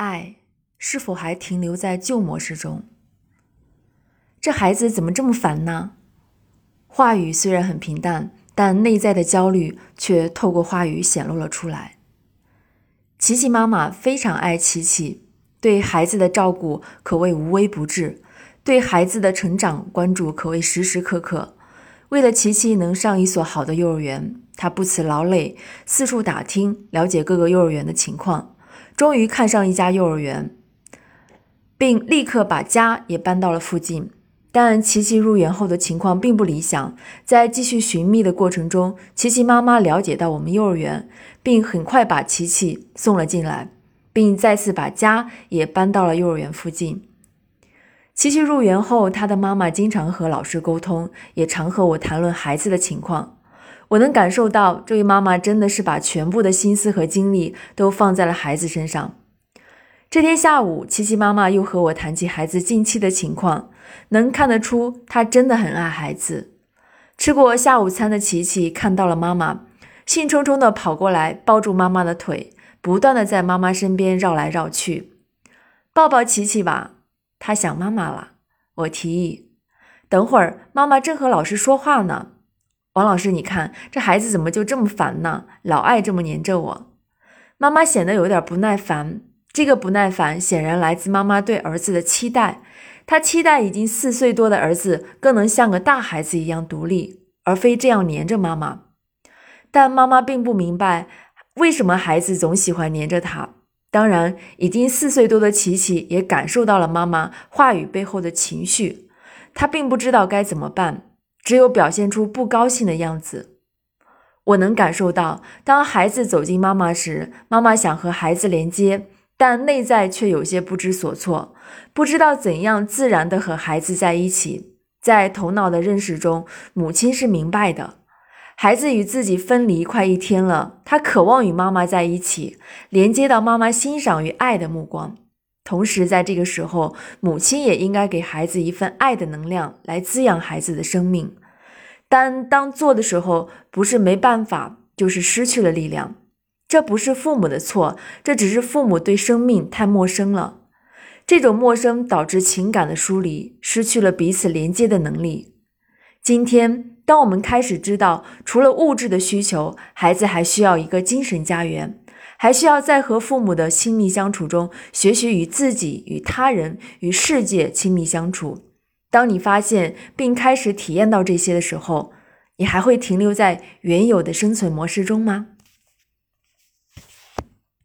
爱是否还停留在旧模式中？这孩子怎么这么烦呢？话语虽然很平淡，但内在的焦虑却透过话语显露了出来。琪琪妈妈非常爱琪琪，对孩子的照顾可谓无微不至，对孩子的成长关注可谓时时刻刻。为了琪琪能上一所好的幼儿园，她不辞劳累，四处打听，了解各个幼儿园的情况，终于看上一家幼儿园，并立刻把家也搬到了附近。但琪琪入园后的情况并不理想，在继续寻觅的过程中，琪琪妈妈了解到我们幼儿园，并很快把琪琪送了进来，并再次把家也搬到了幼儿园附近。琪琪入园后，她的妈妈经常和老师沟通，也常和我谈论孩子的情况。我能感受到这位妈妈真的是把全部的心思和精力都放在了孩子身上。这天下午，琪琪妈妈又和我谈起孩子近期的情况，能看得出她真的很爱孩子。吃过下午餐的琪琪看到了妈妈，兴冲冲地跑过来抱住妈妈的腿，不断地在妈妈身边绕来绕去。抱抱琪琪吧，她想妈妈了。我提议，等会儿妈妈正和老师说话呢。王老师，你看这孩子怎么就这么烦呢？老爱这么黏着我。妈妈显得有点不耐烦，这个不耐烦显然来自妈妈对儿子的期待。她期待已经4岁多的儿子更能像个大孩子一样独立，而非这样黏着妈妈。但妈妈并不明白为什么孩子总喜欢黏着她。当然，已经4岁多的琪琪也感受到了妈妈话语背后的情绪，她并不知道该怎么办，只有表现出不高兴的样子。我能感受到，当孩子走进妈妈时，妈妈想和孩子连接，但内在却有些不知所措，不知道怎样自然地和孩子在一起。在头脑的认识中，母亲是明白的，孩子与自己分离快1天了，他渴望与妈妈在一起，连接到妈妈欣赏与爱的目光。同时在这个时候，母亲也应该给孩子一份爱的能量来滋养孩子的生命。但当做的时候，不是没办法，就是失去了力量。这不是父母的错，这只是父母对生命太陌生了。这种陌生导致情感的疏离，失去了彼此连接的能力。今天，当我们开始知道，除了物质的需求，孩子还需要一个精神家园，还需要在和父母的亲密相处中，学习与自己、与他人、与世界亲密相处。当你发现并开始体验到这些的时候，你还会停留在原有的生存模式中吗？